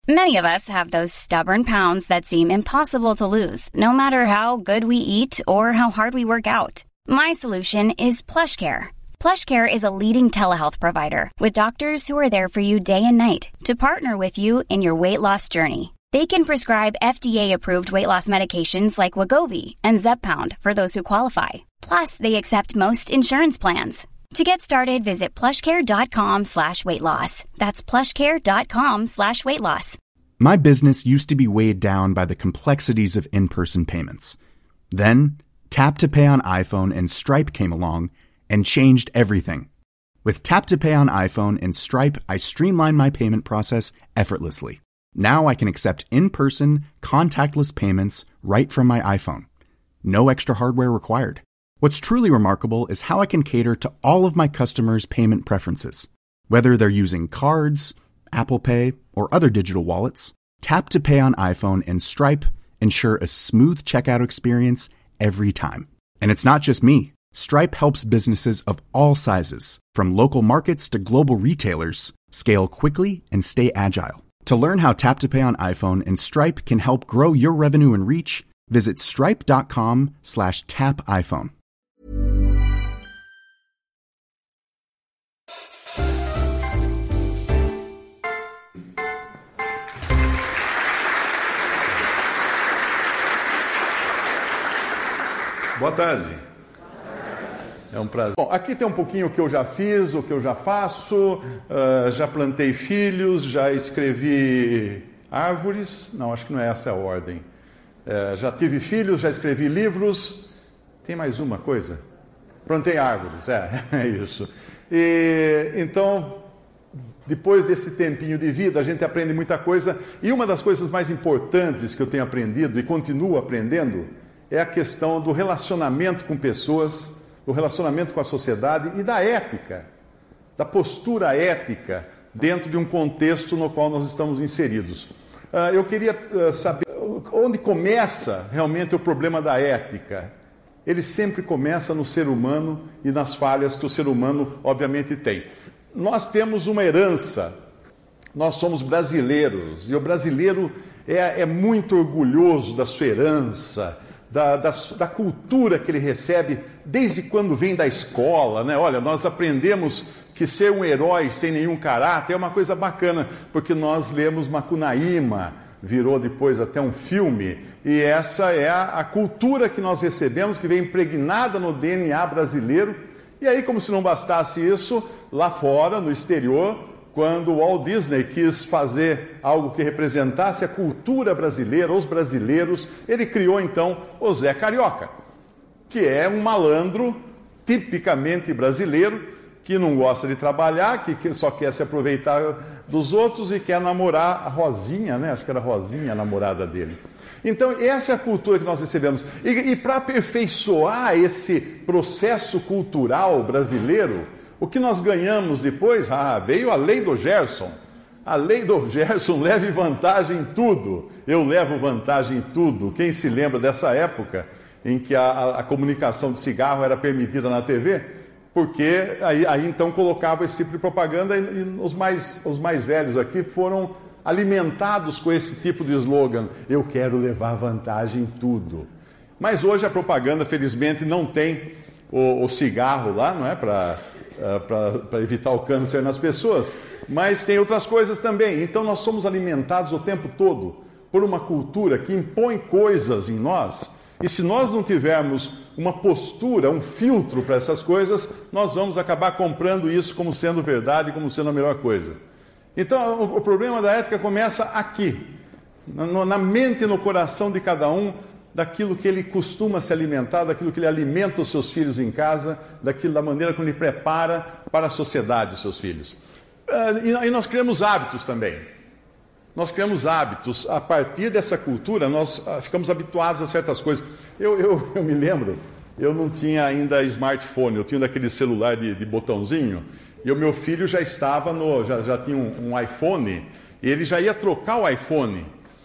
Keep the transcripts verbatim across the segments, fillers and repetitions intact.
Many of us have those stubborn pounds that seem impossible to lose, no matter how good we eat or how hard we work out. My solution is PlushCare. PlushCare is a leading telehealth provider with doctors who are there for you day and night to partner with you in your weight loss journey. They can prescribe F D A-approved weight loss medications like Wegovy and Zepbound for those who qualify. Plus, they accept most insurance plans. To get started, visit plushcare.com slash weight loss. That's plushcare.com slash weight loss. My business used to be weighed down by the complexities of in-person payments. Then, Tap to Pay on iPhone and Stripe came along and changed everything. With Tap to Pay on iPhone and Stripe, I streamlined my payment process effortlessly. Now I can accept in-person, contactless payments right from my iPhone. No extra hardware required. What's truly remarkable is how I can cater to all of my customers' payment preferences. Whether they're using cards, Apple Pay, or other digital wallets, Tap to Pay on iPhone and Stripe ensure a smooth checkout experience every time. And it's not just me. Stripe helps businesses of all sizes, from local markets to global retailers, scale quickly and stay agile. To learn how Tap to Pay on iPhone and Stripe can help grow your revenue and reach, visit stripe.com slash tap iPhone. Boa tarde. É um prazer. Bom, aqui tem um pouquinho o que eu já fiz, o que eu já faço. Uh, já plantei filhos, já escrevi árvores. Não, acho que não é essa a ordem. Uh, já tive filhos, já escrevi livros. Tem mais uma coisa? Plantei árvores, é, é isso. E, então, depois desse tempinho de vida, a gente aprende muita coisa. E uma das coisas mais importantes que eu tenho aprendido e continuo aprendendo é a questão do relacionamento com pessoas, do relacionamento com a sociedade e da ética, da postura ética dentro de um contexto no qual nós estamos inseridos. Uh, eu queria uh, saber onde começa realmente o problema da ética. Ele sempre começa no ser humano e nas falhas que o ser humano, obviamente, tem. Nós temos uma herança, nós somos brasileiros, e o brasileiro é, é muito orgulhoso da sua herança, Da, da, da cultura que ele recebe desde quando vem da escola, né? Olha, nós aprendemos que ser um herói sem nenhum caráter é uma coisa bacana, porque nós lemos Macunaíma, virou depois até um filme, e essa é a, a cultura que nós recebemos, que vem impregnada no D N A brasileiro. E aí, como se não bastasse isso, lá fora, no exterior, quando o Walt Disney quis fazer algo que representasse a cultura brasileira, os brasileiros, ele criou então o Zé Carioca, que é um malandro tipicamente brasileiro, que não gosta de trabalhar, que só quer se aproveitar dos outros e quer namorar a Rosinha, né? Acho que era a Rosinha a namorada dele. Então, essa é a cultura que nós recebemos. E, e para aperfeiçoar esse processo cultural brasileiro, o que nós ganhamos depois? Ah, veio a lei do Gerson. A lei do Gerson, leve vantagem em tudo. Eu levo vantagem em tudo. Quem se lembra dessa época em que a, a, a comunicação de cigarro era permitida na T V? Porque aí, aí então colocava esse tipo de propaganda e, e os, mais, os mais velhos aqui foram alimentados com esse tipo de slogan. Eu quero levar vantagem em tudo. Mas hoje a propaganda, felizmente, não tem o, o cigarro lá, não é? Para... Uh, para evitar o câncer nas pessoas, mas tem outras coisas também. Então nós somos alimentados o tempo todo por uma cultura que impõe coisas em nós, e se nós não tivermos uma postura, um filtro para essas coisas, nós vamos acabar comprando isso como sendo verdade, como sendo a melhor coisa. Então o, o problema da ética começa aqui, na, na mente e no coração de cada um, daquilo que ele costuma se alimentar, daquilo que ele alimenta os seus filhos em casa, daquilo da maneira como ele prepara para a sociedade os seus filhos. E nós criamos hábitos também. Nós criamos hábitos. A partir dessa cultura, nós ficamos habituados a certas coisas. Eu, eu, eu me lembro, eu não tinha ainda smartphone, eu tinha daquele celular de, de botãozinho, e o meu filho já estava no, já, já tinha um, um iPhone, e ele já ia trocar o iPhone.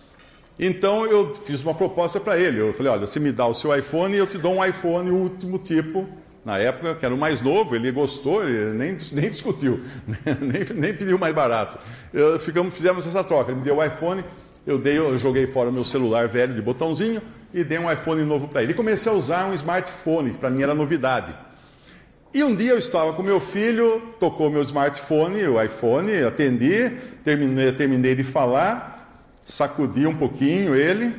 Então eu fiz uma proposta para ele, eu falei, olha, você me dá o seu iPhone e eu te dou um iPhone último tipo Na época, que era o mais novo, ele gostou, ele nem, nem discutiu, nem, nem pediu mais barato. Eu, ficamos, fizemos essa troca, ele me deu o iPhone, eu, dei, eu joguei fora o meu celular velho de botãozinho e dei um iPhone novo para ele. E comecei a usar um smartphone, que para mim era novidade. E um dia eu estava com meu filho, tocou meu smartphone, o iPhone, atendi, terminei, terminei de falar, sacudi um pouquinho ele.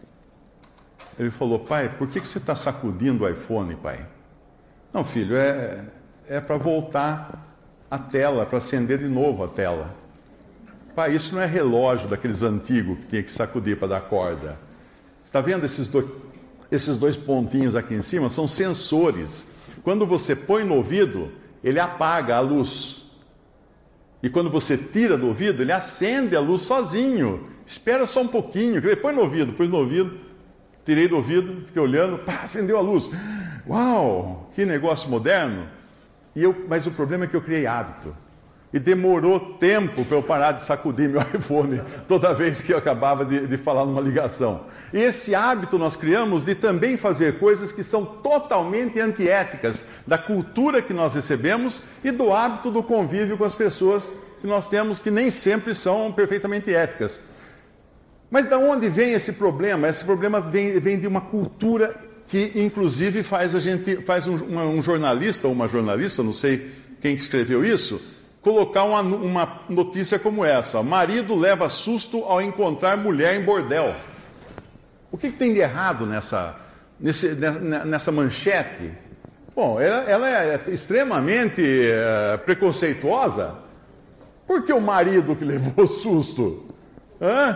Ele falou: pai, por que, que você está sacudindo o iPhone, pai? Não, filho, é, é para voltar a tela, para acender de novo a tela. Pai, isso não é relógio daqueles antigos que tinha que sacudir para dar corda. Está vendo esses dois, esses dois pontinhos aqui em cima? São sensores. Quando você põe no ouvido, ele apaga a luz. E quando você tira do ouvido, ele acende a luz sozinho. Espera só um pouquinho. Põe no ouvido, pôs no ouvido, tirei do ouvido, fiquei olhando, pá, acendeu a luz. Uau, que negócio moderno. E eu, mas o problema é que eu criei hábito. E demorou tempo para eu parar de sacudir meu iPhone toda vez que eu acabava de, de falar numa ligação. E esse hábito nós criamos de também fazer coisas que são totalmente antiéticas da cultura que nós recebemos e do hábito do convívio com as pessoas que nós temos, que nem sempre são perfeitamente éticas. Mas de onde vem esse problema? Esse problema vem, vem de uma cultura que, inclusive, faz a gente, faz um, uma, um jornalista ou uma jornalista, não sei quem que escreveu isso, colocar uma, uma notícia como essa: marido leva susto ao encontrar mulher em bordel. O que, que tem de errado nessa, nesse, nessa manchete? Bom, ela, ela é extremamente é, preconceituosa. Por que o marido que levou susto? Hã?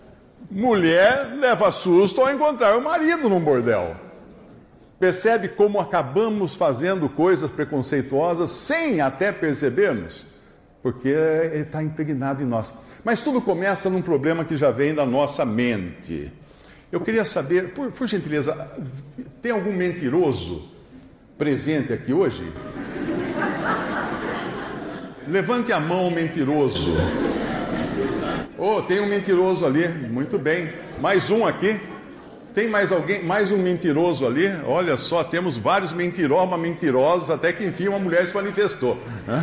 Mulher leva susto ao encontrar o marido num bordel. Percebe como acabamos fazendo coisas preconceituosas sem até percebermos? Porque ele está impregnado em nós. Mas tudo começa num problema que já vem da nossa mente. Eu queria saber, por, por gentileza, tem algum mentiroso presente aqui hoje? Levante a mão, mentiroso. Oh, tem um mentiroso ali, muito bem. Mais um aqui. Tem mais alguém, mais um mentiroso ali? Olha só, temos vários mentirosos, uma mentirosa, até que enfim uma mulher se manifestou.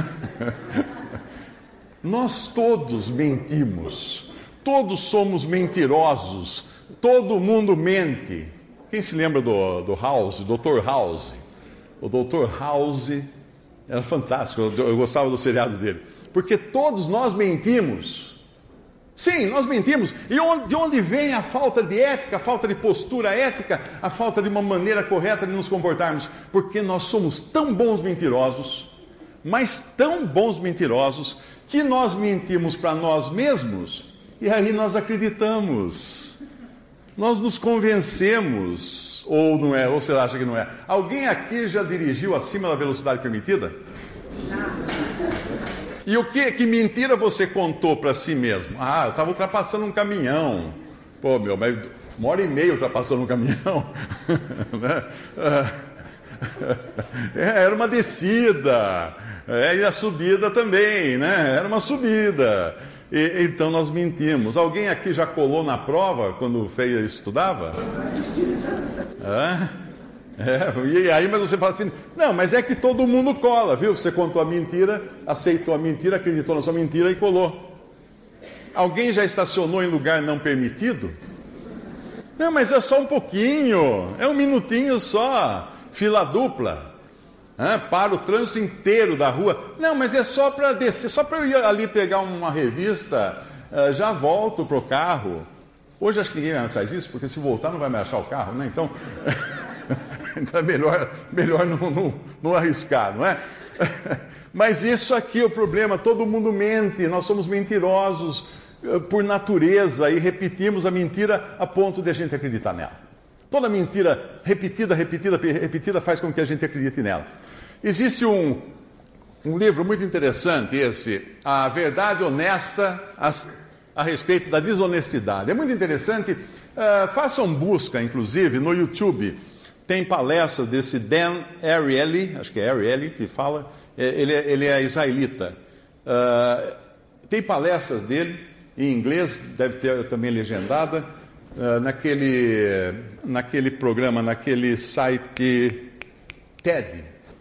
Nós todos mentimos, todos somos mentirosos, todo mundo mente. Quem se lembra do, do House, doutor House? O doutor House era fantástico, eu, eu gostava do seriado dele. Porque todos nós mentimos. Sim, nós mentimos. E onde, de onde vem a falta de ética, a falta de postura ética, a falta de uma maneira correta de nos comportarmos? Porque nós somos tão bons mentirosos, mas tão bons mentirosos, que nós mentimos para nós mesmos e aí nós acreditamos. Nós nos convencemos, ou não é, ou você acha que não é? Alguém aqui já dirigiu acima da velocidade permitida? E o que, que mentira você contou para si mesmo? Ah, eu estava ultrapassando um caminhão. Pô, meu, mas uma hora e meia ultrapassando um caminhão. Era uma descida. É, e a subida também, né? Era uma subida. E, então nós mentimos. Alguém aqui já colou na prova quando Feia estudava? É? É, e aí, mas você fala assim: não, mas é que todo mundo cola, viu? Você contou a mentira, aceitou a mentira, acreditou na sua mentira e colou. Alguém já estacionou em lugar não permitido? Não, mas é só um pouquinho, é um minutinho só, fila dupla. Ah, para o trânsito inteiro da rua. Não, mas é só para descer, só para eu ir ali pegar uma revista, uh, já volto pro carro. Hoje acho que ninguém mais faz isso, porque se voltar não vai mais achar o carro, né? Então, então é melhor, melhor não, não, não arriscar, não é? Mas isso aqui é o problema, todo mundo mente, nós somos mentirosos uh, por natureza e repetimos a mentira a ponto de a gente acreditar nela. Toda mentira repetida, repetida, repetida faz com que a gente acredite nela. Existe um, um livro muito interessante esse, A Verdade Honesta a, a respeito da desonestidade. É muito interessante, uh, façam busca, inclusive, no YouTube. Tem palestras desse Dan Ariely, acho que é Ariely que fala, ele é, ele é israelita. Uh, tem palestras dele, em inglês, deve ter também legendada, uh, naquele, naquele programa, naquele site TED,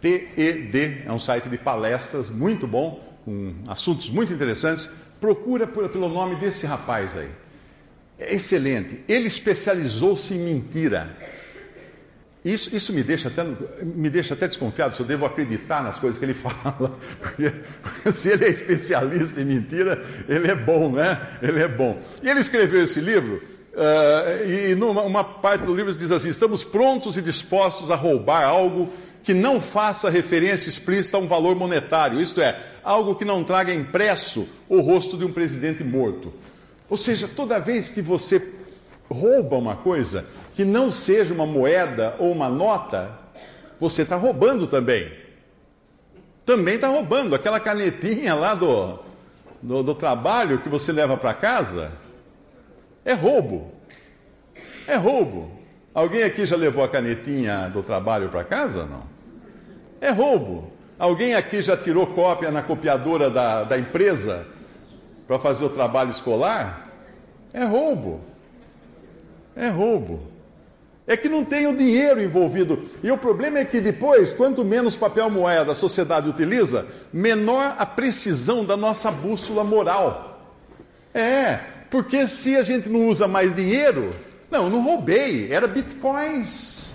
T E D, é um site de palestras muito bom, com assuntos muito interessantes. Procura pelo nome desse rapaz aí. É excelente. Ele especializou-se em mentira. Isso, isso me, deixa até, me deixa até desconfiado se eu devo acreditar nas coisas que ele fala. Porque se ele é especialista em mentira, ele é bom, né? Ele é bom. E ele escreveu esse livro, uh, e numa uma parte do livro diz assim: estamos prontos e dispostos a roubar algo que não faça referência explícita a um valor monetário, isto é, algo que não traga impresso o rosto de um presidente morto. Ou seja, toda vez que você rouba uma coisa que não seja uma moeda ou uma nota, você está roubando também. Também está roubando. Aquela canetinha lá do, do, do trabalho que você leva para casa, é roubo. É roubo. Alguém aqui já levou a canetinha do trabalho para casa? Não. É roubo. Alguém aqui já tirou cópia na copiadora da, da empresa para fazer o trabalho escolar? É roubo. É roubo. É que não tem o dinheiro envolvido. E o problema é que depois, quanto menos papel moeda a sociedade utiliza, menor a precisão da nossa bússola moral. É, porque se a gente não usa mais dinheiro... Não, não roubei, era bitcoins.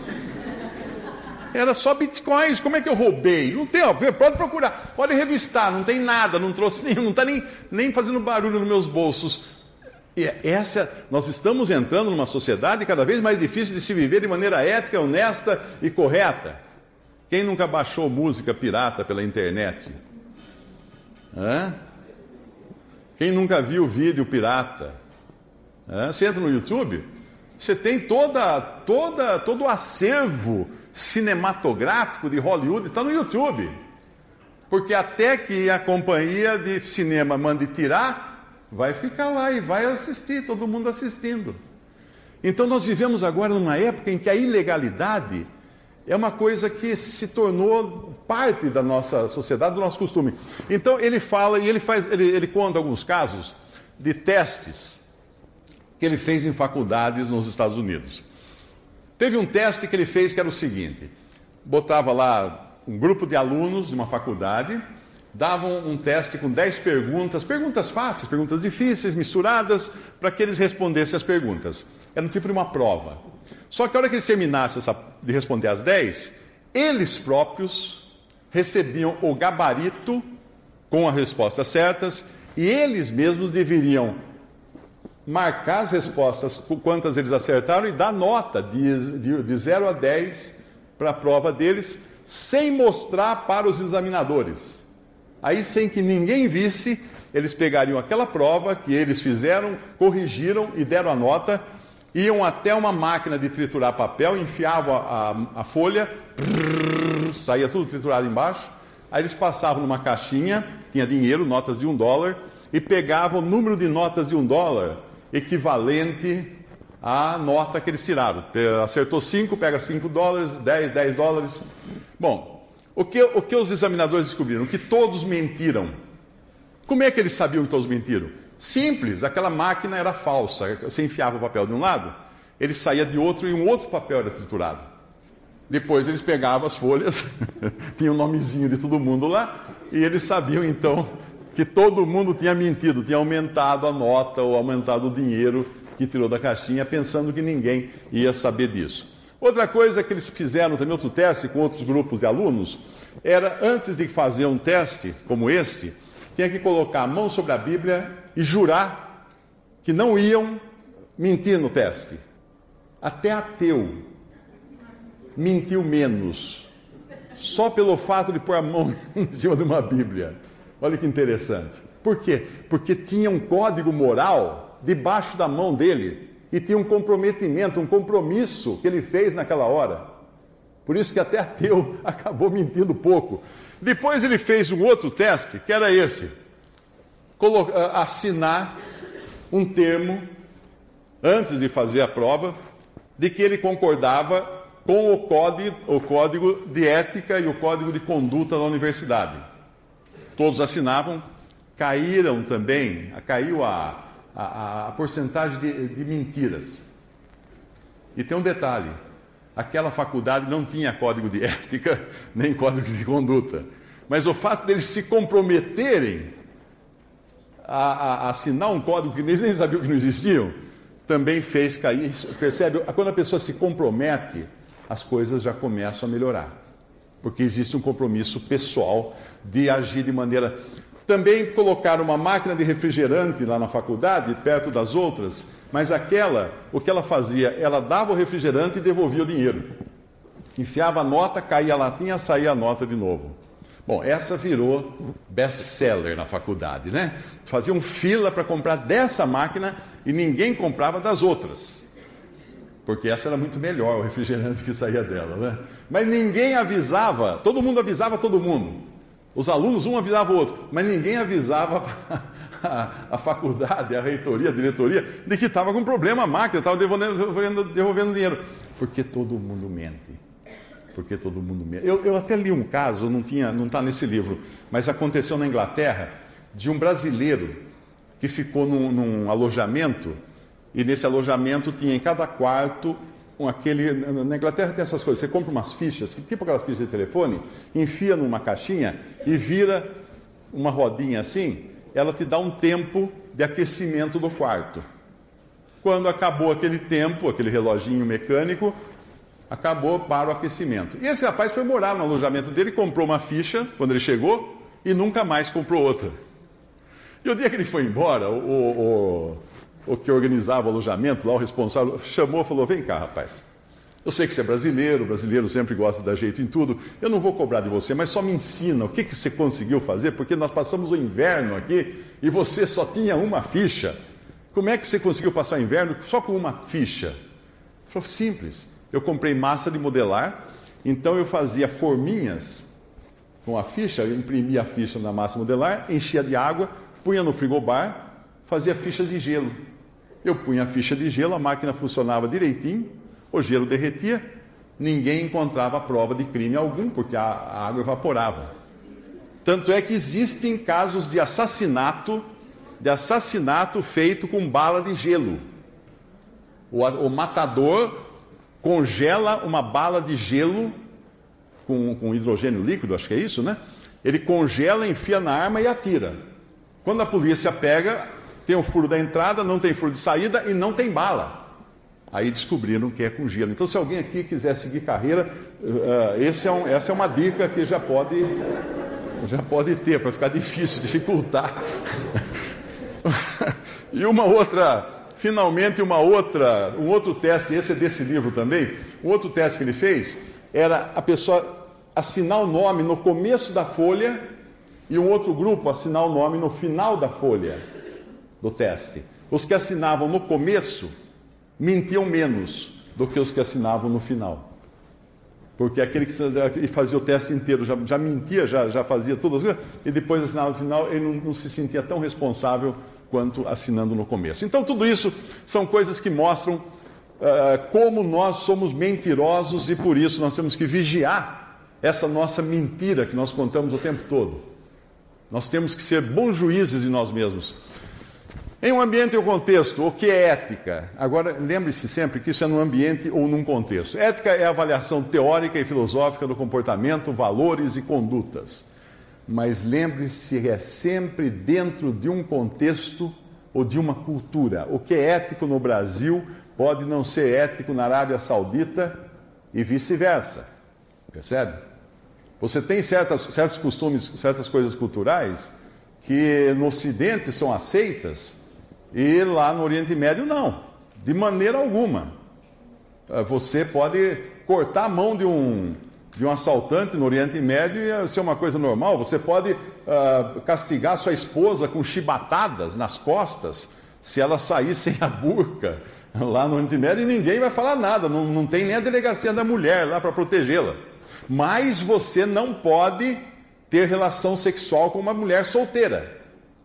Era só bitcoins. Como é que eu roubei? Não tem, ó, pode procurar, pode revistar, não tem nada, não trouxe nenhum, não está nem, nem fazendo barulho nos meus bolsos. E essa, nós estamos entrando numa sociedade cada vez mais difícil de se viver de maneira ética, honesta e correta. Quem nunca baixou música pirata pela internet? Hã? Quem nunca viu vídeo pirata? Hã? Você entra no YouTube, você tem toda, toda, todo o acervo cinematográfico de Hollywood, está no YouTube. Porque até que a companhia de cinema mande tirar, vai ficar lá e vai assistir, todo mundo assistindo. Então nós vivemos agora numa época em que a ilegalidade é uma coisa que se tornou parte da nossa sociedade, do nosso costume. Então ele fala, e ele, faz, ele, ele conta alguns casos de testes que ele fez em faculdades nos Estados Unidos. Teve um teste que ele fez que era o seguinte: botava lá um grupo de alunos de uma faculdade, davam um teste com dez perguntas, perguntas fáceis, perguntas difíceis, misturadas, para que eles respondessem as perguntas. Era um tipo de uma prova. Só que a hora que eles terminassem essa, de responder as dez, eles próprios recebiam o gabarito com as respostas certas, e eles mesmos deveriam marcar as respostas, quantas eles acertaram, e dar nota de, de, de zero a dez para a prova deles, sem mostrar para os examinadores. Aí, sem que ninguém visse, eles pegariam aquela prova que eles fizeram, corrigiram e deram a nota, iam até uma máquina de triturar papel, enfiavam a, a, a folha, brrr, saía tudo triturado embaixo, aí eles passavam numa caixinha, tinha dinheiro, notas de um dólar, e pegavam o número de notas de um dólar equivalente à nota que eles tiraram. Acertou cinco, pega cinco dólares, dez, dez dólares. Bom, O que, o que os examinadores descobriram? Que todos mentiram. Como é que eles sabiam que todos mentiram? Simples, aquela máquina era falsa. Você enfiava o papel de um lado, ele saía de outro e um outro papel era triturado. Depois eles pegavam as folhas, tinha o nomezinho de todo mundo lá, e eles sabiam então que todo mundo tinha mentido, tinha aumentado a nota ou aumentado o dinheiro que tirou da caixinha, pensando que ninguém ia saber disso. Outra coisa que eles fizeram também, outro teste com outros grupos de alunos, era, antes de fazer um teste como esse, tinha que colocar a mão sobre a Bíblia e jurar que não iam mentir no teste. Até ateu mentiu menos, só pelo fato de pôr a mão em cima de uma Bíblia. Olha que interessante. Por quê? Porque tinha um código moral debaixo da mão dele, e tinha um comprometimento, um compromisso que ele fez naquela hora. Por isso que até ateu acabou mentindo pouco. Depois ele fez um outro teste, que era esse. Colo- assinar um termo, antes de fazer a prova, de que ele concordava com o código, o código de ética e o código de conduta da universidade. Todos assinavam, caíram também, caiu a... A, a, a porcentagem de, de mentiras. E tem um detalhe: Aquela faculdade não tinha código de ética, nem código de conduta. Mas o fato deles se comprometerem a, a, a assinar um código que eles nem sabiam que não existiam, também fez cair. Percebe? Quando a pessoa se compromete, as coisas já começam a melhorar. Porque existe um compromisso pessoal de agir de maneira... Também colocaram uma máquina de refrigerante lá na faculdade, perto das outras, mas aquela, o que ela fazia? Ela dava o refrigerante e devolvia o dinheiro. Enfiava a nota, caía a latinha, saía a nota de novo. Bom, essa virou best-seller na faculdade, né? Faziam fila para comprar dessa máquina e ninguém comprava das outras. Porque essa era muito melhor, o refrigerante que saía dela, né? Mas ninguém avisava, todo mundo avisava todo mundo. Os alunos, um avisava o outro, mas ninguém avisava a, a faculdade, a reitoria, a diretoria, de que estava com problema a máquina, estava devolvendo, devolvendo, devolvendo dinheiro. Porque todo mundo mente. Porque todo mundo mente. Eu, eu até li um caso, não tinha, não está nesse livro, mas aconteceu na Inglaterra, de um brasileiro que ficou num, num alojamento, e nesse alojamento tinha em cada quarto... Um, aquele, na Inglaterra tem essas coisas, você compra umas fichas, tipo aquelas fichas de telefone, enfia numa caixinha e vira uma rodinha assim, ela te dá um tempo de aquecimento do quarto. Quando acabou aquele tempo, aquele reloginho mecânico, acabou para o aquecimento. E esse rapaz foi morar no alojamento dele, comprou uma ficha quando ele chegou e nunca mais comprou outra. E o dia que ele foi embora, o... o o que organizava o alojamento, lá o responsável, chamou e falou, vem cá, rapaz, eu sei que você é brasileiro, o brasileiro sempre gosta de dar jeito em tudo, eu não vou cobrar de você, mas só me ensina o que, que você conseguiu fazer, porque nós passamos o inverno aqui e você só tinha uma ficha. Como é que você conseguiu passar o inverno só com uma ficha? Ele falou, simples, eu comprei massa de modelar, então eu fazia forminhas com a ficha, eu imprimia a ficha na massa modelar, enchia de água, punha no frigobar, fazia fichas de gelo. Eu punha a ficha de gelo, a máquina funcionava direitinho, o gelo derretia, ninguém encontrava prova de crime algum, porque a, a água evaporava. Tanto é que existem casos de assassinato, de assassinato feito com bala de gelo. O, o matador congela uma bala de gelo com, com hidrogênio líquido, acho que é isso, né? Ele congela, enfia na arma e atira. Quando a polícia pega... Tem o furo da entrada, não tem furo de saída e não tem bala. Aí descobriram que é com gelo. Então, se alguém aqui quiser seguir carreira, uh, esse é um, essa é uma dica que já pode, já pode ter, para ficar difícil, dificultar. E uma outra, finalmente uma outra, um outro teste, esse é desse livro também, um outro teste que ele fez, era a pessoa assinar o nome no começo da folha e um outro grupo assinar o nome no final da folha do teste. Os que assinavam no começo mentiam menos do que os que assinavam no final. Porque aquele que fazia o teste inteiro já, já mentia, já, já fazia tudo, e depois assinava no final, ele não, não se sentia tão responsável quanto assinando no começo. Então tudo isso são coisas que mostram uh, como nós somos mentirosos e por isso nós temos que vigiar essa nossa mentira que nós contamos o tempo todo. Nós temos que ser bons juízes de nós mesmos. Em um ambiente ou contexto, o que é ética? Agora, lembre-se sempre que isso é num ambiente ou num contexto. Ética é a avaliação teórica e filosófica do comportamento, valores e condutas. Mas lembre-se, é sempre dentro de um contexto ou de uma cultura. O que é ético no Brasil pode não ser ético na Arábia Saudita e vice-versa. Percebe? Você tem certas, certos costumes, certas coisas culturais que no Ocidente são aceitas, e lá no Oriente Médio não, de maneira alguma. Você pode cortar a mão de um, de um assaltante no Oriente Médio e ser uma coisa normal. Você pode uh, castigar sua esposa com chibatadas nas costas, se ela sair sem a burca lá no Oriente Médio, e ninguém vai falar nada, não, não tem nem a delegacia da mulher lá para protegê-la. Mas você não pode ter relação sexual com uma mulher solteira.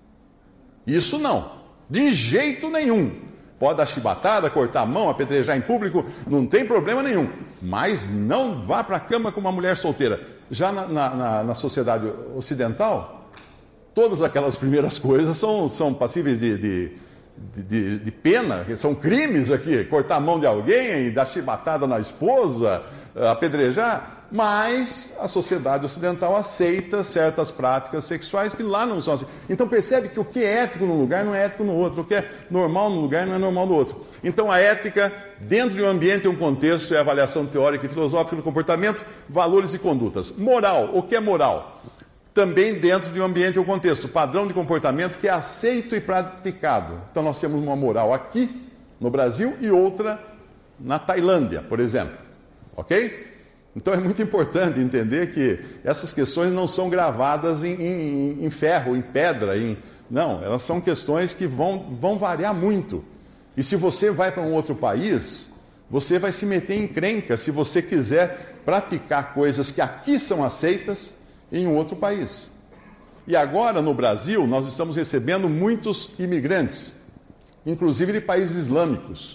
Isso não. De jeito nenhum. Pode dar chibatada, cortar a mão, apedrejar em público, não tem problema nenhum. Mas não vá para a cama com uma mulher solteira. Já na, na, na sociedade ocidental, todas aquelas primeiras coisas são, são passíveis de, de, de, de, de pena, que são crimes aqui, cortar a mão de alguém, dar chibatada na esposa, apedrejar, mas a sociedade ocidental aceita certas práticas sexuais que lá não são assim. Então percebe que o que é ético num lugar não é ético no outro, o que é normal num lugar não é normal no outro. Então a ética, dentro de um ambiente e um contexto, é a avaliação teórica e filosófica do comportamento, valores e condutas. Moral, o que é moral? Também dentro de um ambiente e um contexto, padrão de comportamento que é aceito e praticado. Então nós temos uma moral aqui, no Brasil, e outra na Tailândia, por exemplo. Ok? Então é muito importante entender que essas questões não são gravadas em, em, em ferro, em pedra, em... não, elas são questões que vão, vão variar muito. E se você vai para um outro país, você vai se meter em encrenca se você quiser praticar coisas que aqui são aceitas em um outro país. E agora no Brasil nós estamos recebendo muitos imigrantes, inclusive de países islâmicos,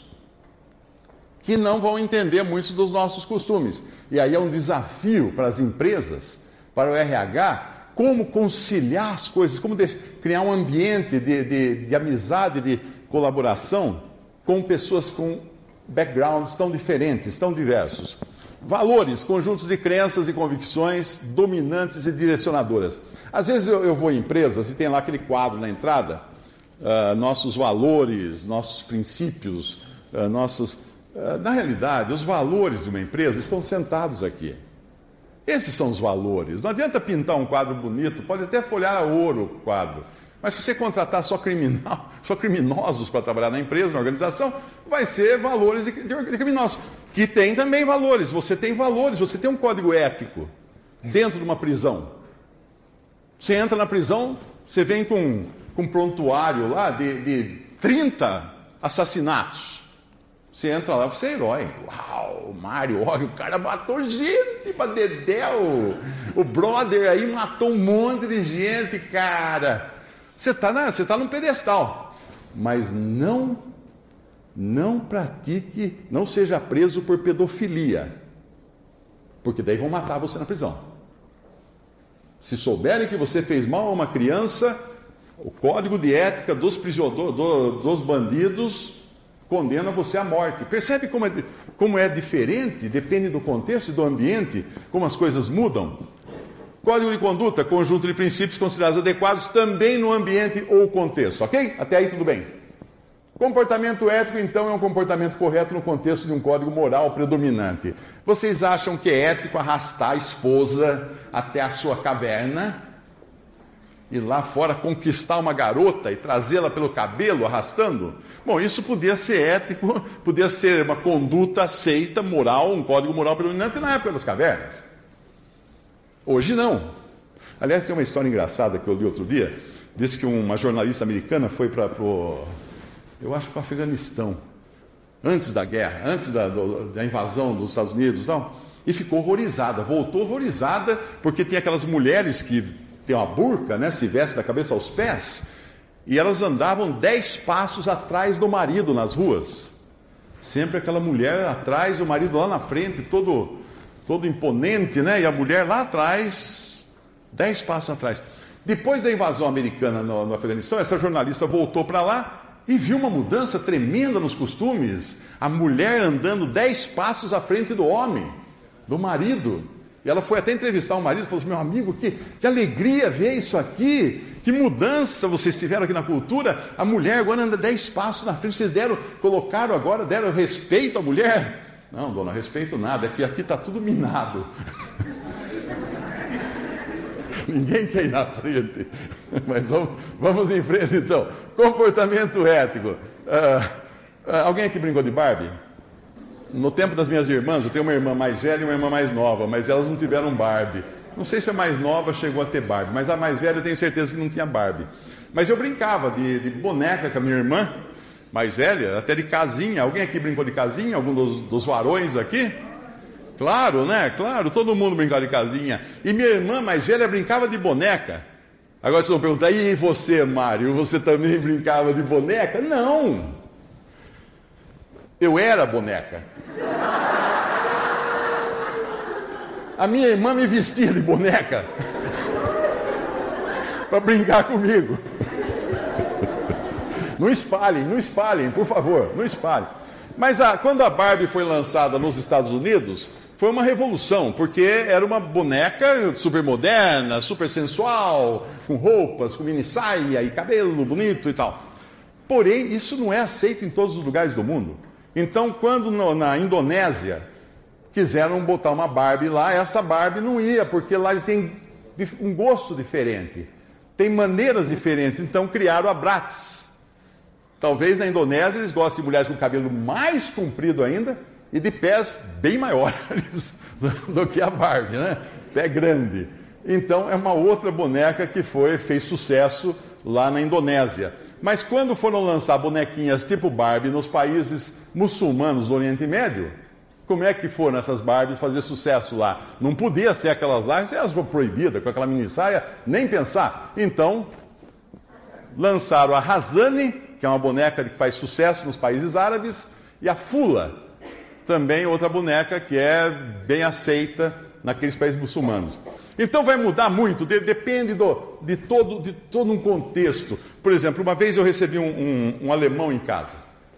que não vão entender muitos dos nossos costumes. E aí é um desafio para as empresas, para o R H, como conciliar as coisas, como criar um ambiente de, de, de amizade, de colaboração com pessoas com backgrounds tão diferentes, tão diversos. Valores, conjuntos de crenças e convicções dominantes e direcionadoras. Às vezes eu, eu vou em empresas e tem lá aquele quadro na entrada, uh, nossos valores, nossos princípios, uh, nossos... Na realidade, os valores de uma empresa estão sentados aqui. Esses são os valores. Não adianta pintar um quadro bonito, pode até folhar a ouro o quadro. Mas se você contratar só, criminal, só criminosos para trabalhar na empresa, na organização, vai ser valores de, de, de criminosos. Que tem também valores. Você tem valores, você tem um código ético dentro de uma prisão. Você entra na prisão, você vem com, com um prontuário lá de, de trinta assassinatos. Você entra lá, você é herói. Uau, Mário, olha, o cara matou gente pra dedéu. O brother aí matou um monte de gente, cara. Você está na, você tá num pedestal. Mas não, não pratique, não seja preso por pedofilia. Porque daí vão matar você na prisão. Se souberem que você fez mal a uma criança, o código de ética dos, prisioneiros, do, dos bandidos condena você à morte. Percebe como é, como é diferente, depende do contexto e do ambiente, como as coisas mudam? Código de conduta, conjunto de princípios considerados adequados também no ambiente ou contexto, ok? Até aí tudo bem. Comportamento ético, então, é um comportamento correto no contexto de um código moral predominante. Vocês acham que é ético arrastar a esposa até a sua caverna? Ir lá fora conquistar uma garota e trazê-la pelo cabelo, arrastando? Bom, isso podia ser ético, podia ser uma conduta aceita, moral, um código moral predominante na época das cavernas. Hoje não. Aliás, tem uma história engraçada que eu li outro dia. Diz que uma jornalista americana foi para o, eu acho, para o Afeganistão, antes da guerra, antes da, do, da invasão dos Estados Unidos e tal, e ficou horrorizada, voltou horrorizada, porque tinha aquelas mulheres que tem uma burca, né, se veste da cabeça aos pés, e elas andavam dez passos atrás do marido nas ruas. Sempre aquela mulher atrás, o marido lá na frente, todo, todo imponente, né, e a mulher lá atrás, dez passos atrás. Depois da invasão americana no, no Afeganistão, essa jornalista voltou para lá e viu uma mudança tremenda nos costumes. A mulher andando dez passos à frente do homem, do marido. E ela foi até entrevistar o marido e falou assim: meu amigo, que, que alegria ver isso aqui, que mudança vocês tiveram aqui na cultura. A mulher agora anda dez passos na frente, vocês deram, colocaram agora, deram respeito à mulher? Não, dona, respeito nada, é que aqui está tudo minado. Ninguém quer ir na frente. Mas vamos, vamos em frente então. Comportamento ético. Uh, uh, alguém aqui brincou de Barbie? No tempo das minhas irmãs, eu tenho uma irmã mais velha e uma irmã mais nova, mas elas não tiveram Barbie. Não sei se a mais nova chegou a ter Barbie, mas a mais velha eu tenho certeza que não tinha Barbie. Mas eu brincava de, de boneca com a minha irmã mais velha, até de casinha. Alguém aqui brincou de casinha? Algum dos, dos varões aqui? Claro, né? Claro, todo mundo brincava de casinha. E minha irmã mais velha brincava de boneca. Agora vocês vão perguntar: e você, Mário, você também brincava de boneca? Não! Eu era boneca. A minha irmã me vestia de boneca para brincar comigo. Não espalhem, não espalhem, por favor, não espalhem. Mas a, quando a Barbie foi lançada nos Estados Unidos, foi uma revolução, porque era uma boneca super moderna, super sensual, com roupas, com mini saia e cabelo bonito e tal. Porém, isso não é aceito em todos os lugares do mundo. Então, quando no, na Indonésia quiseram botar uma Barbie lá, essa Barbie não ia, porque lá eles têm um gosto diferente, tem maneiras diferentes, então criaram a Bratz. Talvez na Indonésia eles gostem de mulheres com cabelo mais comprido ainda e de pés bem maiores do que a Barbie, né? Pé grande. Então é uma outra boneca que foi, fez sucesso lá na Indonésia. Mas quando foram lançar bonequinhas tipo Barbie nos países muçulmanos do Oriente Médio, como é que foram essas Barbies fazer sucesso lá? Não podia ser aquelas lá, elas foram proibidas, com aquela mini saia, nem pensar. Então, lançaram a Razane, que é uma boneca que faz sucesso nos países árabes, e a Fula, também outra boneca que é bem aceita naqueles países muçulmanos. Então vai mudar muito, de, depende do, de, todo, de todo um contexto. Por exemplo, uma vez eu recebi um, um, um alemão em casa.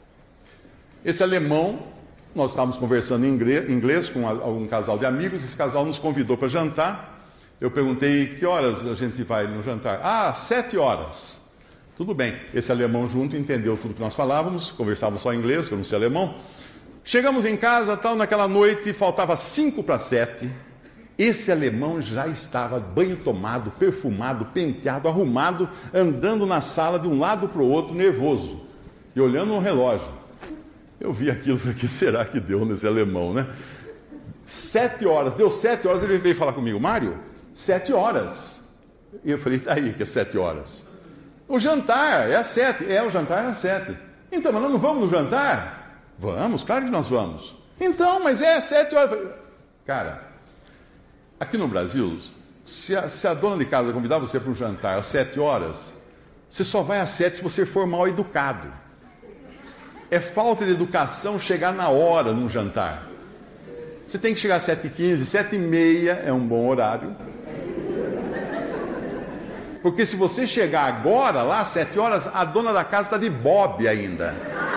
Esse alemão, nós estávamos conversando em inglês, inglês com um casal de amigos, esse casal nos convidou para jantar. Eu perguntei, que horas a gente vai no jantar? Ah, sete horas. Tudo bem. Esse alemão junto entendeu tudo que nós falávamos, conversávamos só em inglês, que eu não sei alemão. Chegamos em casa, tal, naquela noite, faltava cinco para sete. Esse alemão já estava banho tomado, perfumado, penteado, arrumado, andando na sala de um lado para o outro, nervoso, e olhando no relógio. Eu vi aquilo, falei, o que será que deu nesse alemão, né? Sete horas, deu sete horas, ele veio falar comigo, Mário, sete horas. E eu falei, tá aí que é sete horas. O jantar é às sete, é, o jantar é às sete. Então, mas nós não vamos no jantar? Vamos, claro que nós vamos. Então, mas é sete horas. Falei, cara, aqui no Brasil, se a, se a dona de casa convidar você para um jantar às sete horas, você só vai às sete se você for mal educado. É falta de educação chegar na hora num jantar. Você tem que chegar às sete e quinze, sete e meia é um bom horário. Porque se você chegar agora, lá às sete horas, a dona da casa está de bobe ainda.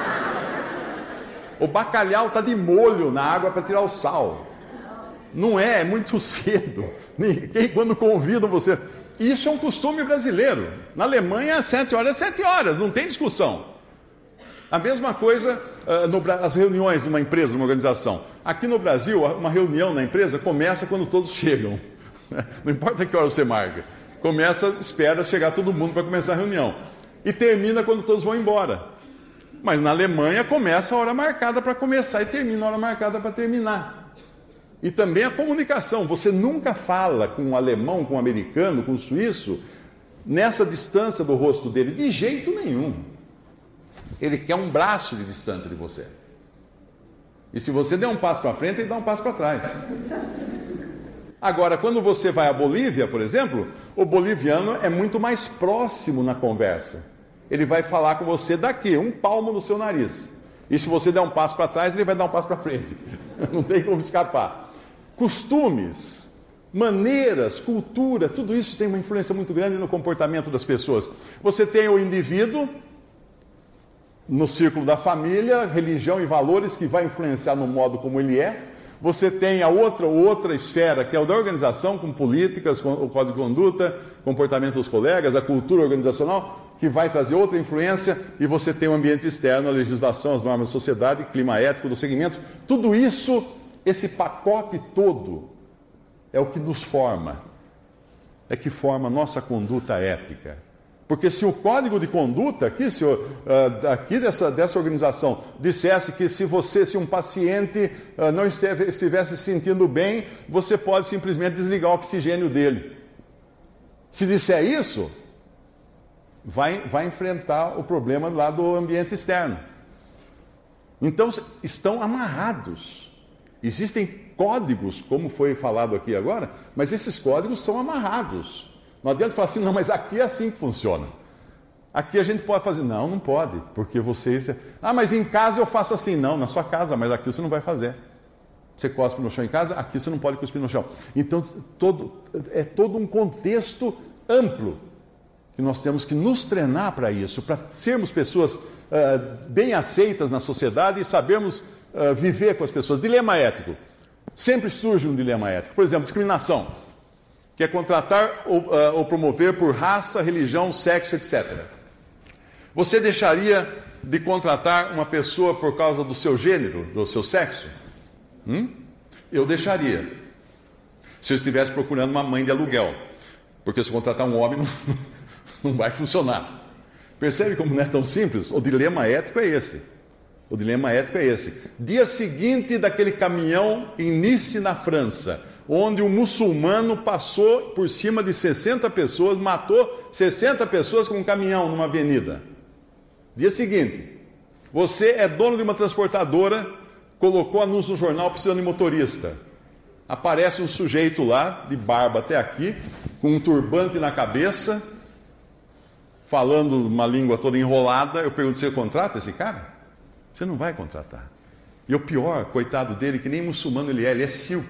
O bacalhau está de molho na água para tirar o sal. Não é, é muito cedo. Ninguém, quando convidam você... Isso é um costume brasileiro. Na Alemanha, às sete horas, é sete horas, não tem discussão. A mesma coisa uh, no, as reuniões de uma empresa, de uma organização. Aqui no Brasil, uma reunião na empresa começa quando todos chegam. Não importa que hora você marca. Começa, espera chegar todo mundo para começar a reunião. E termina quando todos vão embora. Mas na Alemanha começa a hora marcada para começar e termina a hora marcada para terminar. E também a comunicação. Você nunca fala com um alemão, com um americano, com um suíço, nessa distância do rosto dele. De jeito nenhum. Ele quer um braço de distância de você. E se você der um passo para frente, ele dá um passo para trás. Agora, quando você vai à Bolívia, por exemplo, o boliviano é muito mais próximo na conversa. Ele vai falar com você daqui, um palmo no seu nariz. E se você der um passo para trás, ele vai dar um passo para frente. Não tem como escapar. Costumes, maneiras, cultura, tudo isso tem uma influência muito grande no comportamento das pessoas. Você tem o indivíduo no círculo da família, religião e valores que vai influenciar no modo como ele é. Você tem a outra, outra esfera, que é o da organização, com políticas, com o código de conduta, comportamento dos colegas, a cultura organizacional, que vai trazer outra influência. E você tem o ambiente externo, a legislação, as normas da sociedade, clima ético do segmento. Tudo isso, esse pacote todo, é o que nos forma. É que forma a nossa conduta ética. Porque se o código de conduta aqui, se, uh, aqui dessa, dessa organização dissesse que se você, se um paciente uh, não esteve, estivesse se sentindo bem, você pode simplesmente desligar o oxigênio dele. Se disser isso, vai, vai enfrentar o problema lá do ambiente externo. Então, estão amarrados. Existem códigos, como foi falado aqui agora, mas esses códigos são amarrados. Não adianta falar assim, não, mas aqui é assim que funciona. Aqui a gente pode fazer. Não, não pode, porque vocês... Ah, mas em casa eu faço assim. Não, na sua casa, mas aqui você não vai fazer. Você cospe no chão em casa, aqui você não pode cuspir no chão. Então, todo, é todo um contexto amplo que nós temos que nos treinar para isso, para sermos pessoas uh, bem aceitas na sociedade e sabermos uh, viver com as pessoas. Dilema ético. Sempre surge um dilema ético. Por exemplo, discriminação, que é contratar ou, uh, ou promover por raça, religião, sexo, etcétera. Você deixaria de contratar uma pessoa por causa do seu gênero, do seu sexo? Hum? Eu deixaria. Se eu estivesse procurando uma mãe de aluguel. Porque se eu contratar um homem, não, não vai funcionar. Percebe como não é tão simples? O dilema ético é esse. O dilema ético é esse. Dia seguinte daquele caminhão em Nice, na França, onde um muçulmano passou por cima de sessenta pessoas, matou sessenta pessoas com um caminhão numa avenida. Dia seguinte, você é dono de uma transportadora, colocou anúncio no jornal precisando de motorista. Aparece um sujeito lá, de barba até aqui, com um turbante na cabeça, falando uma língua toda enrolada. Eu pergunto, você contrata esse cara? Você não vai contratar. E o pior, coitado dele, que nem muçulmano ele é, ele é silk,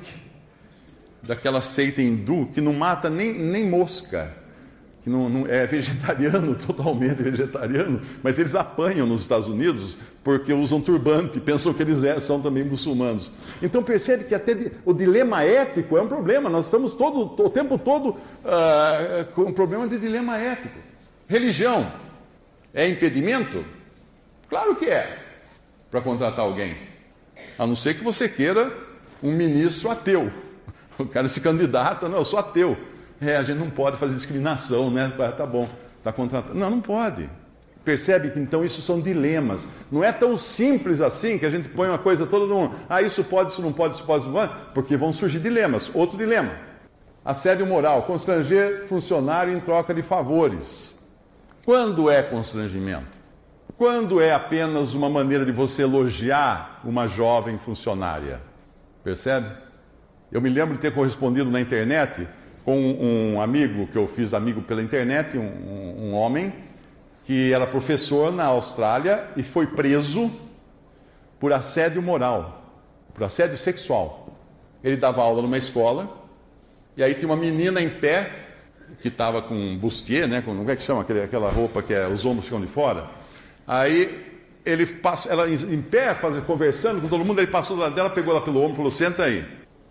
daquela seita hindu que não mata nem, nem mosca, que não, não é vegetariano, totalmente vegetariano, mas eles apanham nos Estados Unidos porque usam turbante, pensam que eles é, são também muçulmanos. Então percebe que até de, o dilema ético é um problema. Nós estamos todo, o tempo todo uh, com um problema de dilema ético. Religião é impedimento? Claro que é, para contratar alguém. A não ser que você queira um ministro ateu. O cara se candidata, não, eu sou ateu. É, a gente não pode fazer discriminação, né? Tá bom, está contratando. Não, não pode. Percebe que então isso são dilemas. Não é tão simples assim que a gente põe uma coisa toda num... Ah, isso pode, isso não pode, isso pode, isso não pode. Porque vão surgir dilemas. Outro dilema. Assédio moral. Constranger funcionário em troca de favores. Quando é constrangimento? Quando é apenas uma maneira de você elogiar uma jovem funcionária? Percebe? Eu me lembro de ter correspondido na internet com um amigo, que eu fiz amigo pela internet, um, um, um homem que era professor na Austrália e foi preso por assédio moral, por assédio sexual. Ele dava aula numa escola, e aí tinha uma menina em pé, que estava com um bustier, né, com, como é que chama, aquele, aquela roupa que é, os ombros ficam de fora. Aí ele passou, ela em, em pé, faz, conversando com todo mundo, ele passou do lado dela, pegou ela pelo ombro e falou, senta aí.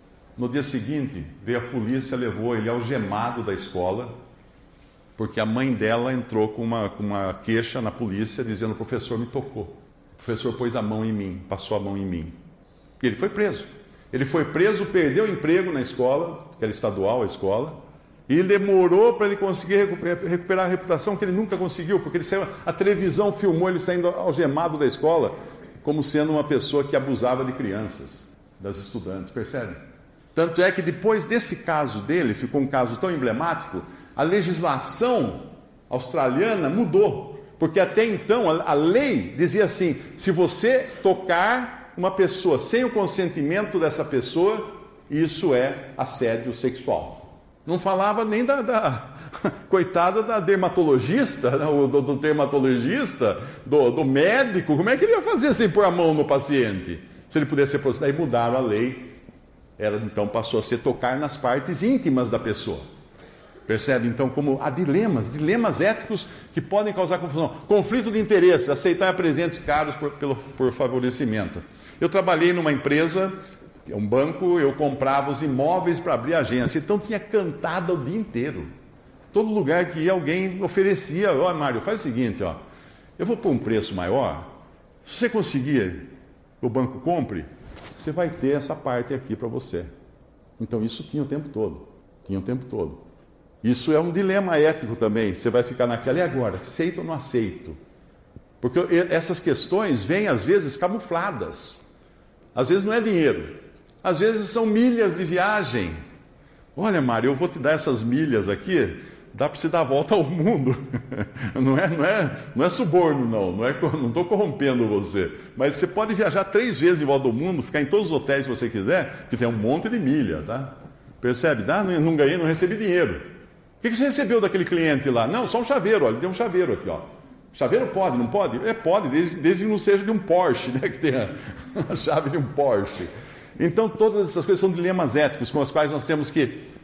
No dia seguinte, veio a polícia, levou ele algemado da escola, porque a mãe dela entrou com uma, com uma queixa na polícia, dizendo, o professor me tocou. O professor pôs a mão em mim, passou a mão em mim. E ele foi preso. Ele foi preso, perdeu o emprego na escola, que era estadual a escola, e demorou para ele conseguir recuperar a reputação que ele nunca conseguiu, porque ele saiu, a televisão filmou ele saindo algemado da escola, como sendo uma pessoa que abusava de crianças, das estudantes, percebe? Tanto é que depois desse caso dele, ficou um caso tão emblemático, a legislação australiana mudou. Porque até então a, a lei dizia assim, se você tocar uma pessoa sem o consentimento dessa pessoa, isso é assédio sexual. Não falava nem da, da coitada da dermatologista, né, do, do dermatologista, do, do médico, como é que ele ia fazer sem pôr a mão no paciente? Se ele pudesse ser processado, aí mudaram a lei. Ela então passou a ser tocar nas partes íntimas da pessoa. Percebe então como há dilemas, dilemas éticos que podem causar confusão. Conflito de interesse, aceitar presentes caros por, pelo, por favorecimento. Eu trabalhei numa empresa, um banco, eu comprava os imóveis para abrir agência, então tinha cantada o dia inteiro. Todo lugar que ia alguém oferecia, ó, Mário, faz o seguinte, ó, eu vou pôr um preço maior, se você conseguir que o banco compre, você vai ter essa parte aqui para você. Então isso tinha o tempo todo, tinha o tempo todo. Isso é um dilema ético também, você vai ficar naquela, e agora, aceito ou não aceito? Porque essas questões vêm às vezes camufladas, às vezes não é dinheiro, às vezes são milhas de viagem. Olha, Mário, eu vou te dar essas milhas aqui, dá para você dar a volta ao mundo. Não é, não é, não é suborno, não, não é, não estou corrompendo você, mas você pode viajar três vezes de volta ao mundo, ficar em todos os hotéis que você quiser, que tem um monte de milha, tá? Percebe? Ah, não, não ganhei, não recebi dinheiro. O que você recebeu daquele cliente lá? Não, só um chaveiro, olha, deu um chaveiro aqui, ó. Chaveiro pode, não pode? É, pode, desde, desde que não seja de um Porsche, né, que tenha a chave de um Porsche. Então, todas essas coisas são dilemas éticos com os quais nós temos que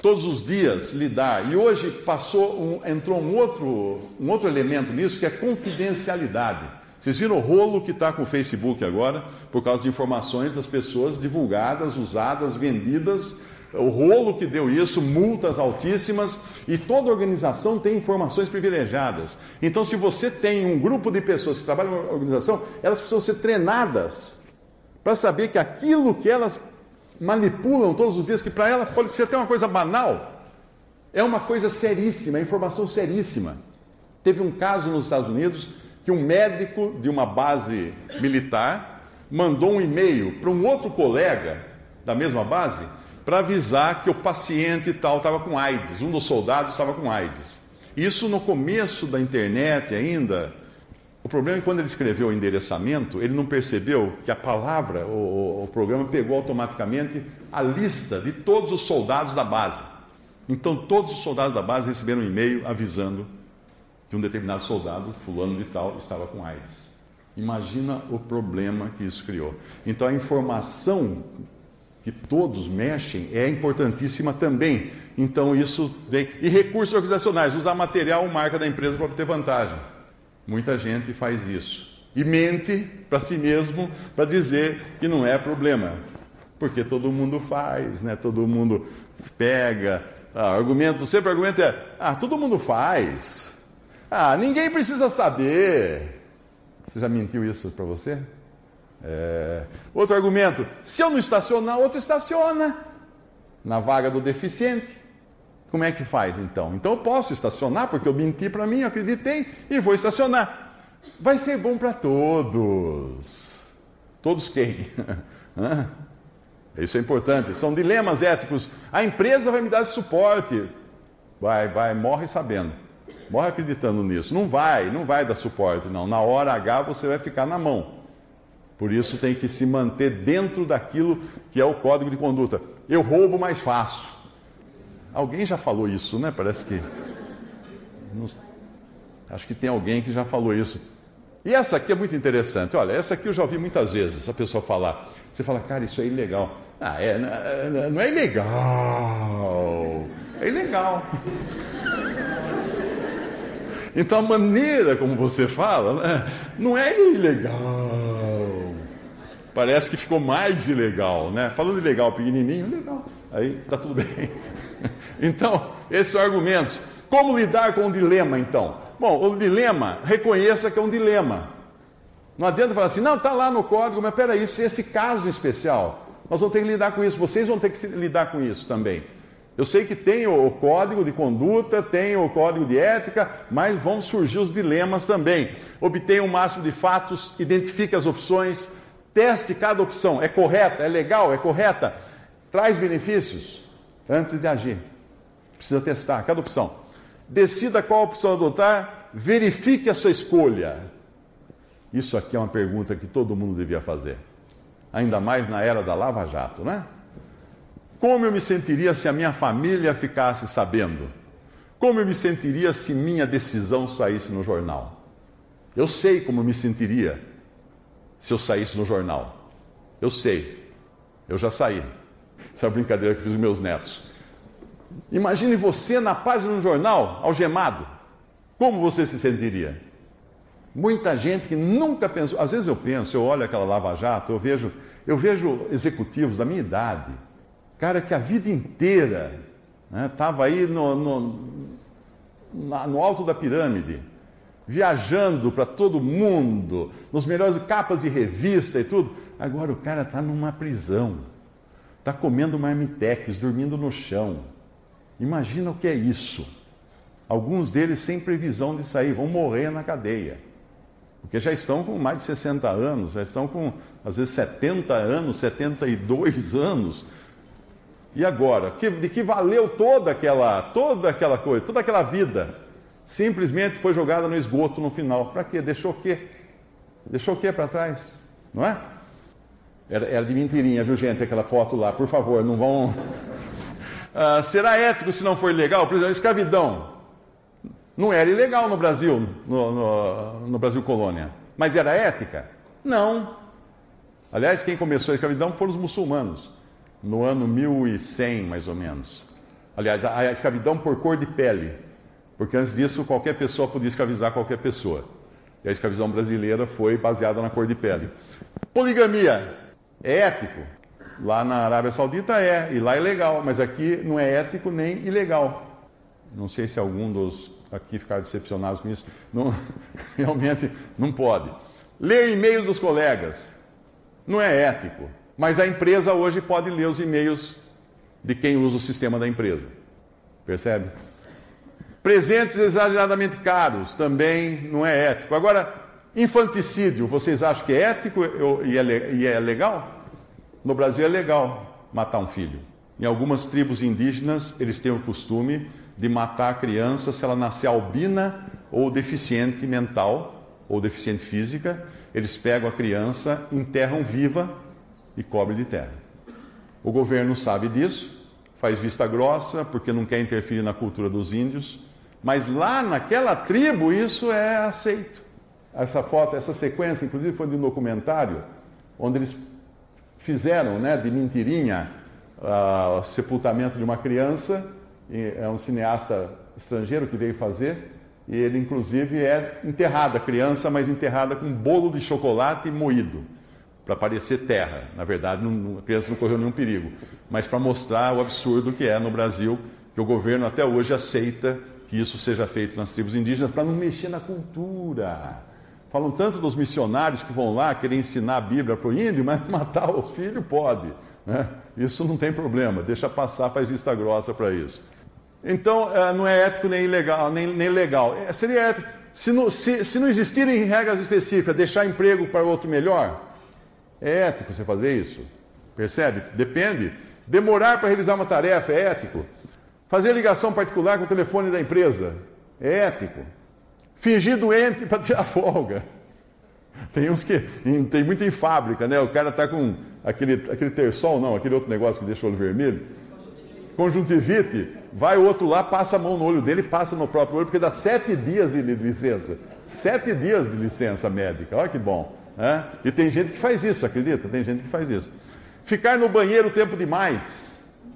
todos os dias lidar. E hoje passou um, entrou um outro, um outro elemento nisso, que é confidencialidade. Vocês viram o rolo que está com o Facebook agora, por causa de informações das pessoas divulgadas, usadas, vendidas. O rolo que deu isso, multas altíssimas, e toda organização tem informações privilegiadas. Então, se você tem um grupo de pessoas que trabalham na organização, elas precisam ser treinadas para saber que aquilo que elas manipulam todos os dias, que para ela pode ser até uma coisa banal, é uma coisa seríssima, é informação seríssima. Teve um caso nos Estados Unidos que um médico de uma base militar mandou um e-mail para um outro colega da mesma base para avisar que o paciente tal estava com AIDS, um dos soldados estava com AIDS. Isso no começo da internet ainda. O problema é que quando ele escreveu o endereçamento, ele não percebeu que a palavra, o, o programa pegou automaticamente a lista de todos os soldados da base. Então todos os soldados da base receberam um e-mail avisando que um determinado soldado, fulano de tal, estava com AIDS. Imagina o problema que isso criou. Então a informação que todos mexem é importantíssima também. Então isso vem. E recursos organizacionais, usar material, marca da empresa para obter vantagem. Muita gente faz isso. E mente para si mesmo para dizer que não é problema. Porque todo mundo faz, né? Todo mundo pega. Ah, argumento, sempre o argumento é, ah, todo mundo faz. Ah, ninguém precisa saber. Você já mentiu isso para você? É... Outro argumento, se eu não estacionar, outro estaciona na vaga do deficiente. Como é que faz então? Então eu posso estacionar porque eu menti para mim, eu acreditei e vou estacionar. Vai ser bom para todos. Todos quem? Isso é importante, são dilemas éticos. A empresa vai me dar suporte. Vai, vai, morre sabendo. Morre acreditando nisso. Não vai, não vai dar suporte não. Na hora H você vai ficar na mão. Por isso tem que se manter dentro daquilo que é o código de conduta. Eu roubo, mas faço. Alguém já falou isso, né? Parece que... Não... Acho que tem alguém que já falou isso. E essa aqui é muito interessante. Olha, essa aqui eu já ouvi muitas vezes a pessoa falar. Você fala, cara, isso é ilegal. Ah, é, não é ilegal. É ilegal. Então a maneira como você fala, né, não é ilegal. Parece que ficou mais ilegal, né? Falando ilegal pequenininho, legal. Aí tá tudo bem. Então, esses são argumentos. Como lidar com o dilema, então? Bom, o dilema, reconheça que é um dilema. Não adianta falar assim, não, está lá no código, mas peraí, esse caso especial, nós vamos ter que lidar com isso, vocês vão ter que lidar com isso também. Eu sei que tem o código de conduta, tem o código de ética, mas vão surgir os dilemas também. Obtenha o máximo de fatos, identifique as opções, teste cada opção, é correta, é legal, é correta, traz benefícios antes de agir. Precisa testar cada opção. Decida qual opção adotar, verifique a sua escolha. Isso aqui é uma pergunta que todo mundo devia fazer. Ainda mais na era da Lava Jato, né? Como eu me sentiria se a minha família ficasse sabendo? Como eu me sentiria se minha decisão saísse no jornal? Eu sei como eu me sentiria se eu saísse no jornal. Eu sei. Eu já saí. Essa é a brincadeira que eu fiz com meus netos. Imagine você na página do jornal, algemado. Como você se sentiria? Muita gente que nunca pensou... Às vezes eu penso, eu olho aquela Lava Jato, eu vejo, eu vejo executivos da minha idade, cara que a vida inteira estava, né, aí no, no, na, no alto da pirâmide, viajando para todo mundo, nos melhores capas de revista e tudo. Agora o cara está numa prisão, está comendo marmitex, dormindo no chão. Imagina o que é isso. Alguns deles sem previsão de sair, vão morrer na cadeia. Porque já estão com mais de sessenta anos, já estão com, às vezes, setenta anos, setenta e dois anos. E agora? Que, de que valeu toda aquela, toda aquela coisa, toda aquela vida? Simplesmente foi jogada no esgoto no final. Para quê? Deixou o quê? Deixou o quê para trás? Não é? Era, era de mentirinha, viu, gente? Aquela foto lá. Por favor, não vão... Ah, será ético se não for ilegal? Por exemplo, a escravidão. Não era ilegal no Brasil, no, no, no Brasil colônia. Mas era ética? Não. Aliás, quem começou a escravidão foram os muçulmanos. No ano mil e cem, mais ou menos. Aliás, a, a escravidão por cor de pele. Porque antes disso, qualquer pessoa podia escravizar qualquer pessoa. E a escravidão brasileira foi baseada na cor de pele. Poligamia é ético? Lá na Arábia Saudita é, e lá é legal, mas aqui não é ético nem ilegal. Não sei se algum dos aqui ficaram decepcionados com isso. Não, realmente não pode. Ler e-mails dos colegas não é ético, mas a empresa hoje pode ler os e-mails de quem usa o sistema da empresa. Percebe? Presentes exageradamente caros também não é ético. Agora, infanticídio, vocês acham que é ético e é, e é legal? No Brasil é legal matar um filho. Em algumas tribos indígenas, eles têm o costume de matar a criança se ela nascer albina ou deficiente mental ou deficiente física. Eles pegam a criança, enterram viva e cobrem de terra. O governo sabe disso, faz vista grossa porque não quer interferir na cultura dos índios. Mas lá naquela tribo isso é aceito. Essa foto, essa sequência, inclusive foi de um documentário, onde eles fizeram, né, de mentirinha, uh, o sepultamento de uma criança. É um cineasta estrangeiro que veio fazer, e ele inclusive é enterrada, a criança, mas enterrada com um bolo de chocolate moído, para parecer terra. Na verdade, não, a criança não correu nenhum perigo, mas para mostrar o absurdo que é no Brasil, que o governo até hoje aceita que isso seja feito nas tribos indígenas para não mexer na cultura. Falam tanto dos missionários que vão lá querer ensinar a Bíblia para o índio, mas matar o filho pode, né? Isso não tem problema, deixa passar, faz vista grossa para isso. Então, não é ético nem ilegal, nem, nem legal. Seria ético, se não, se, se não existirem regras específicas, deixar emprego para outro melhor, é ético você fazer isso? Percebe? Depende. Demorar para realizar uma tarefa é ético. Fazer ligação particular com o telefone da empresa é ético. Fingir doente para tirar folga. Tem uns que... Tem muito em fábrica, né? O cara está com aquele, aquele terçol, não, aquele outro negócio que deixa o olho vermelho. Conjuntivite, vai o outro lá, passa a mão no olho dele e passa no próprio olho, porque dá sete dias de licença. Sete dias de licença médica, olha que bom. Né? E tem gente que faz isso, acredita? Tem gente que faz isso. Ficar no banheiro tempo demais.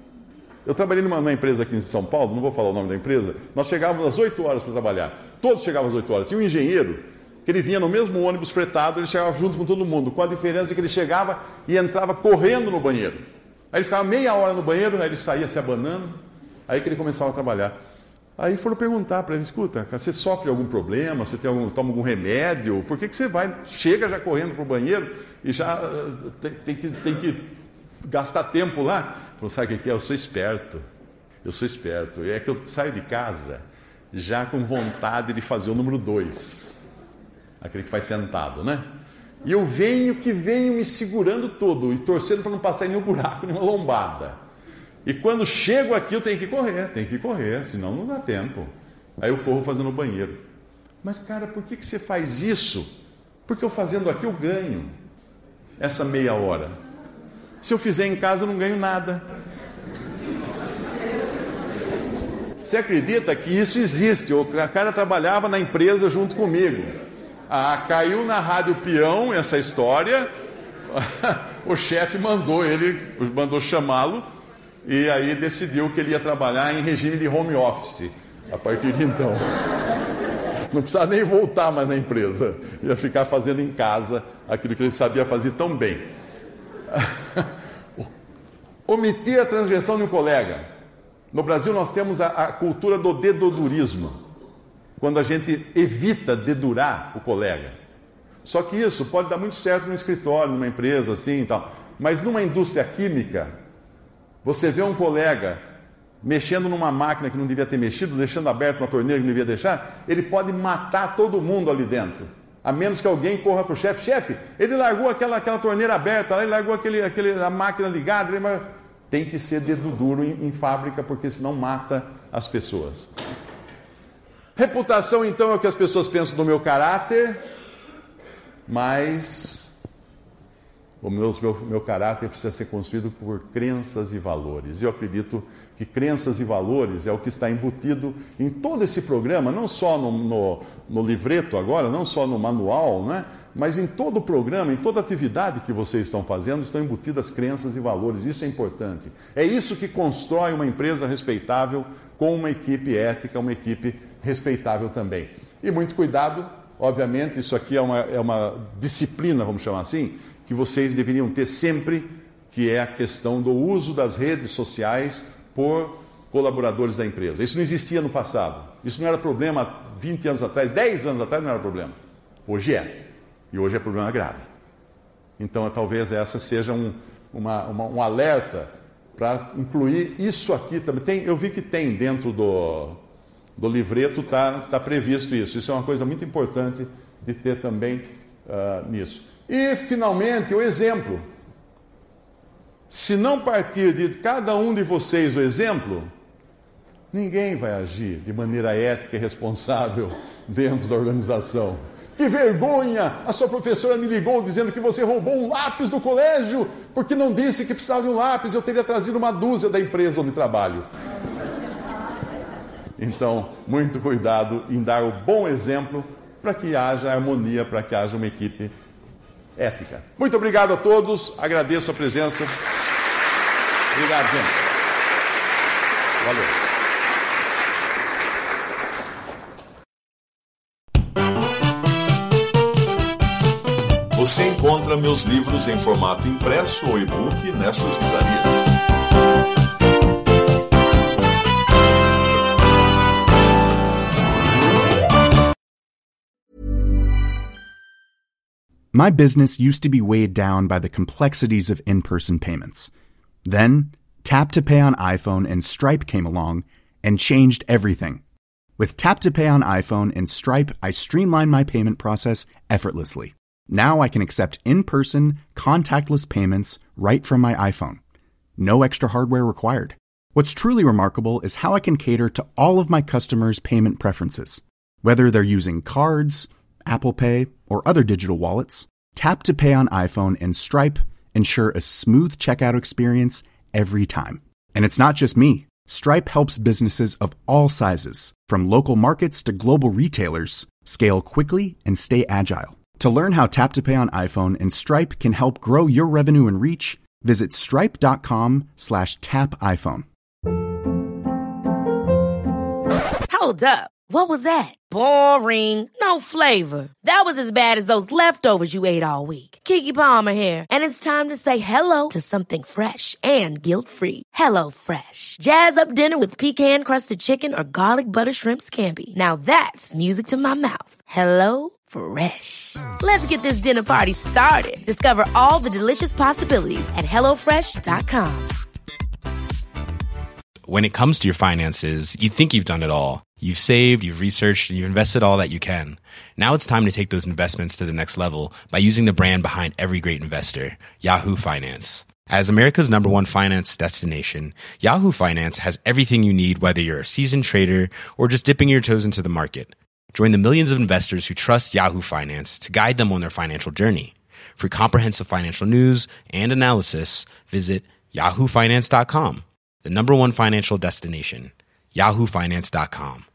Eu trabalhei numa, numa empresa aqui em São Paulo, não vou falar o nome da empresa, nós chegávamos às oito horas para trabalhar. Todos chegavam às oito horas. Tinha um engenheiro que ele vinha no mesmo ônibus fretado, ele chegava junto com todo mundo, com a diferença que ele chegava e entrava correndo no banheiro. Aí ele ficava meia hora no banheiro, aí ele saía se abanando, aí que ele começava a trabalhar. Aí foram perguntar para ele, escuta, você sofre algum problema, você tem algum, toma algum remédio, por que, que você vai, chega já correndo para o banheiro e já uh, tem, tem, que, tem que gastar tempo lá? Ele falou, sabe o que é? Eu sou esperto, eu sou esperto, é que eu saio de casa já com vontade de fazer o número dois, aquele que faz sentado, né? E eu venho que venho me segurando todo e torcendo para não passar em nenhum buraco, nenhuma lombada. E quando chego aqui eu tenho que correr, tenho que correr, senão não dá tempo. Aí eu corro fazendo o banheiro. Mas cara, por que, que você faz isso? Porque eu fazendo aqui eu ganho essa meia hora. Se eu fizer em casa eu não ganho nada. Você acredita que isso existe? O cara trabalhava na empresa junto comigo. Ah, caiu na Rádio Peão essa história, o chefe mandou ele, mandou chamá-lo, e aí decidiu que ele ia trabalhar em regime de home office, a partir de então. Não precisava nem voltar mais na empresa, ia ficar fazendo em casa aquilo que ele sabia fazer tão bem. Omitir a transgressão de um colega. No Brasil nós temos a, a cultura do dedodurismo. Quando a gente evita dedurar o colega. Só que isso pode dar muito certo no escritório, numa empresa assim e tal. Mas numa indústria química, você vê um colega mexendo numa máquina que não devia ter mexido, deixando aberto uma torneira que não devia deixar, ele pode matar todo mundo ali dentro. A menos que alguém corra para o chefe. Chefe, ele largou aquela, aquela torneira aberta, ele largou aquele, aquele, a máquina ligada. Ele... Tem que ser dedo duro em, em fábrica, porque senão mata as pessoas. Reputação, então, é o que as pessoas pensam do meu caráter, mas O meu, meu, meu caráter precisa ser construído por crenças e valores. Eu acredito que crenças e valores é o que está embutido em todo esse programa, não só no, no, no livreto agora, não só no manual, né? Mas em todo o programa, em toda atividade que vocês estão fazendo, estão embutidas crenças e valores. Isso é importante. É isso que constrói uma empresa respeitável com uma equipe ética, uma equipe respeitável também. E muito cuidado, obviamente, isso aqui é uma, é uma disciplina, vamos chamar assim, que vocês deveriam ter sempre, que é a questão do uso das redes sociais por colaboradores da empresa. Isso não existia no passado. Isso não era problema há vinte anos atrás, dez anos atrás não era problema. Hoje é. E hoje é problema grave. Então, talvez essa seja um, uma, uma, um alerta para incluir isso aqui também. Tem, eu vi que tem dentro do, do livreto, está tá previsto isso. Isso é uma coisa muito importante de ter também uh, nisso. E, finalmente, o exemplo. Se não partir de cada um de vocês o exemplo, ninguém vai agir de maneira ética e responsável dentro da organização. Que vergonha! A sua professora me ligou dizendo que você roubou um lápis do colégio porque não disse que precisava de um lápis. Eu teria trazido uma dúzia da empresa onde trabalho. Então, muito cuidado em dar o bom exemplo para que haja harmonia, para que haja uma equipe ética. Muito obrigado a todos, agradeço a presença. Obrigado, gente. Valeu. Você encontra meus livros em formato impresso ou e-book nessas livrarias. My business used to be weighed down by the complexities of in-person payments. Then, Tap to Pay on iPhone and Stripe came along and changed everything. With Tap to Pay on iPhone and Stripe, I streamlined my payment process effortlessly. Now I can accept in-person, contactless payments right from my iPhone. No extra hardware required. What's truly remarkable is how I can cater to all of my customers' payment preferences. Whether they're using cards, Apple Pay, or other digital wallets, Tap to Pay on iPhone and Stripe ensure a smooth checkout experience every time. And it's not just me. Stripe helps businesses of all sizes, from local markets to global retailers, scale quickly and stay agile. To learn how Tap to Pay on iPhone and Stripe can help grow your revenue and reach, visit stripe.com slash tap iPhone. Hold up. What was that? Boring. No flavor. That was as bad as those leftovers you ate all week. Keke Palmer here, and it's time to say hello to something fresh and guilt-free. Hello Fresh. Jazz up dinner with pecan-crusted chicken or garlic butter shrimp scampi. Now that's music to my mouth. Hello Fresh. Let's get this dinner party started. Discover all the delicious possibilities at hello fresh dot com. When it comes to your finances, you think you've done it all. You've saved, you've researched, and you've invested all that you can. Now it's time to take those investments to the next level by using the brand behind every great investor, Yahoo Finance. As America's number one finance destination, Yahoo Finance has everything you need, whether you're a seasoned trader or just dipping your toes into the market. Join the millions of investors who trust Yahoo Finance to guide them on their financial journey. For comprehensive financial news and analysis, visit yahoo finance dot com, the number one financial destination, yahoo finance dot com.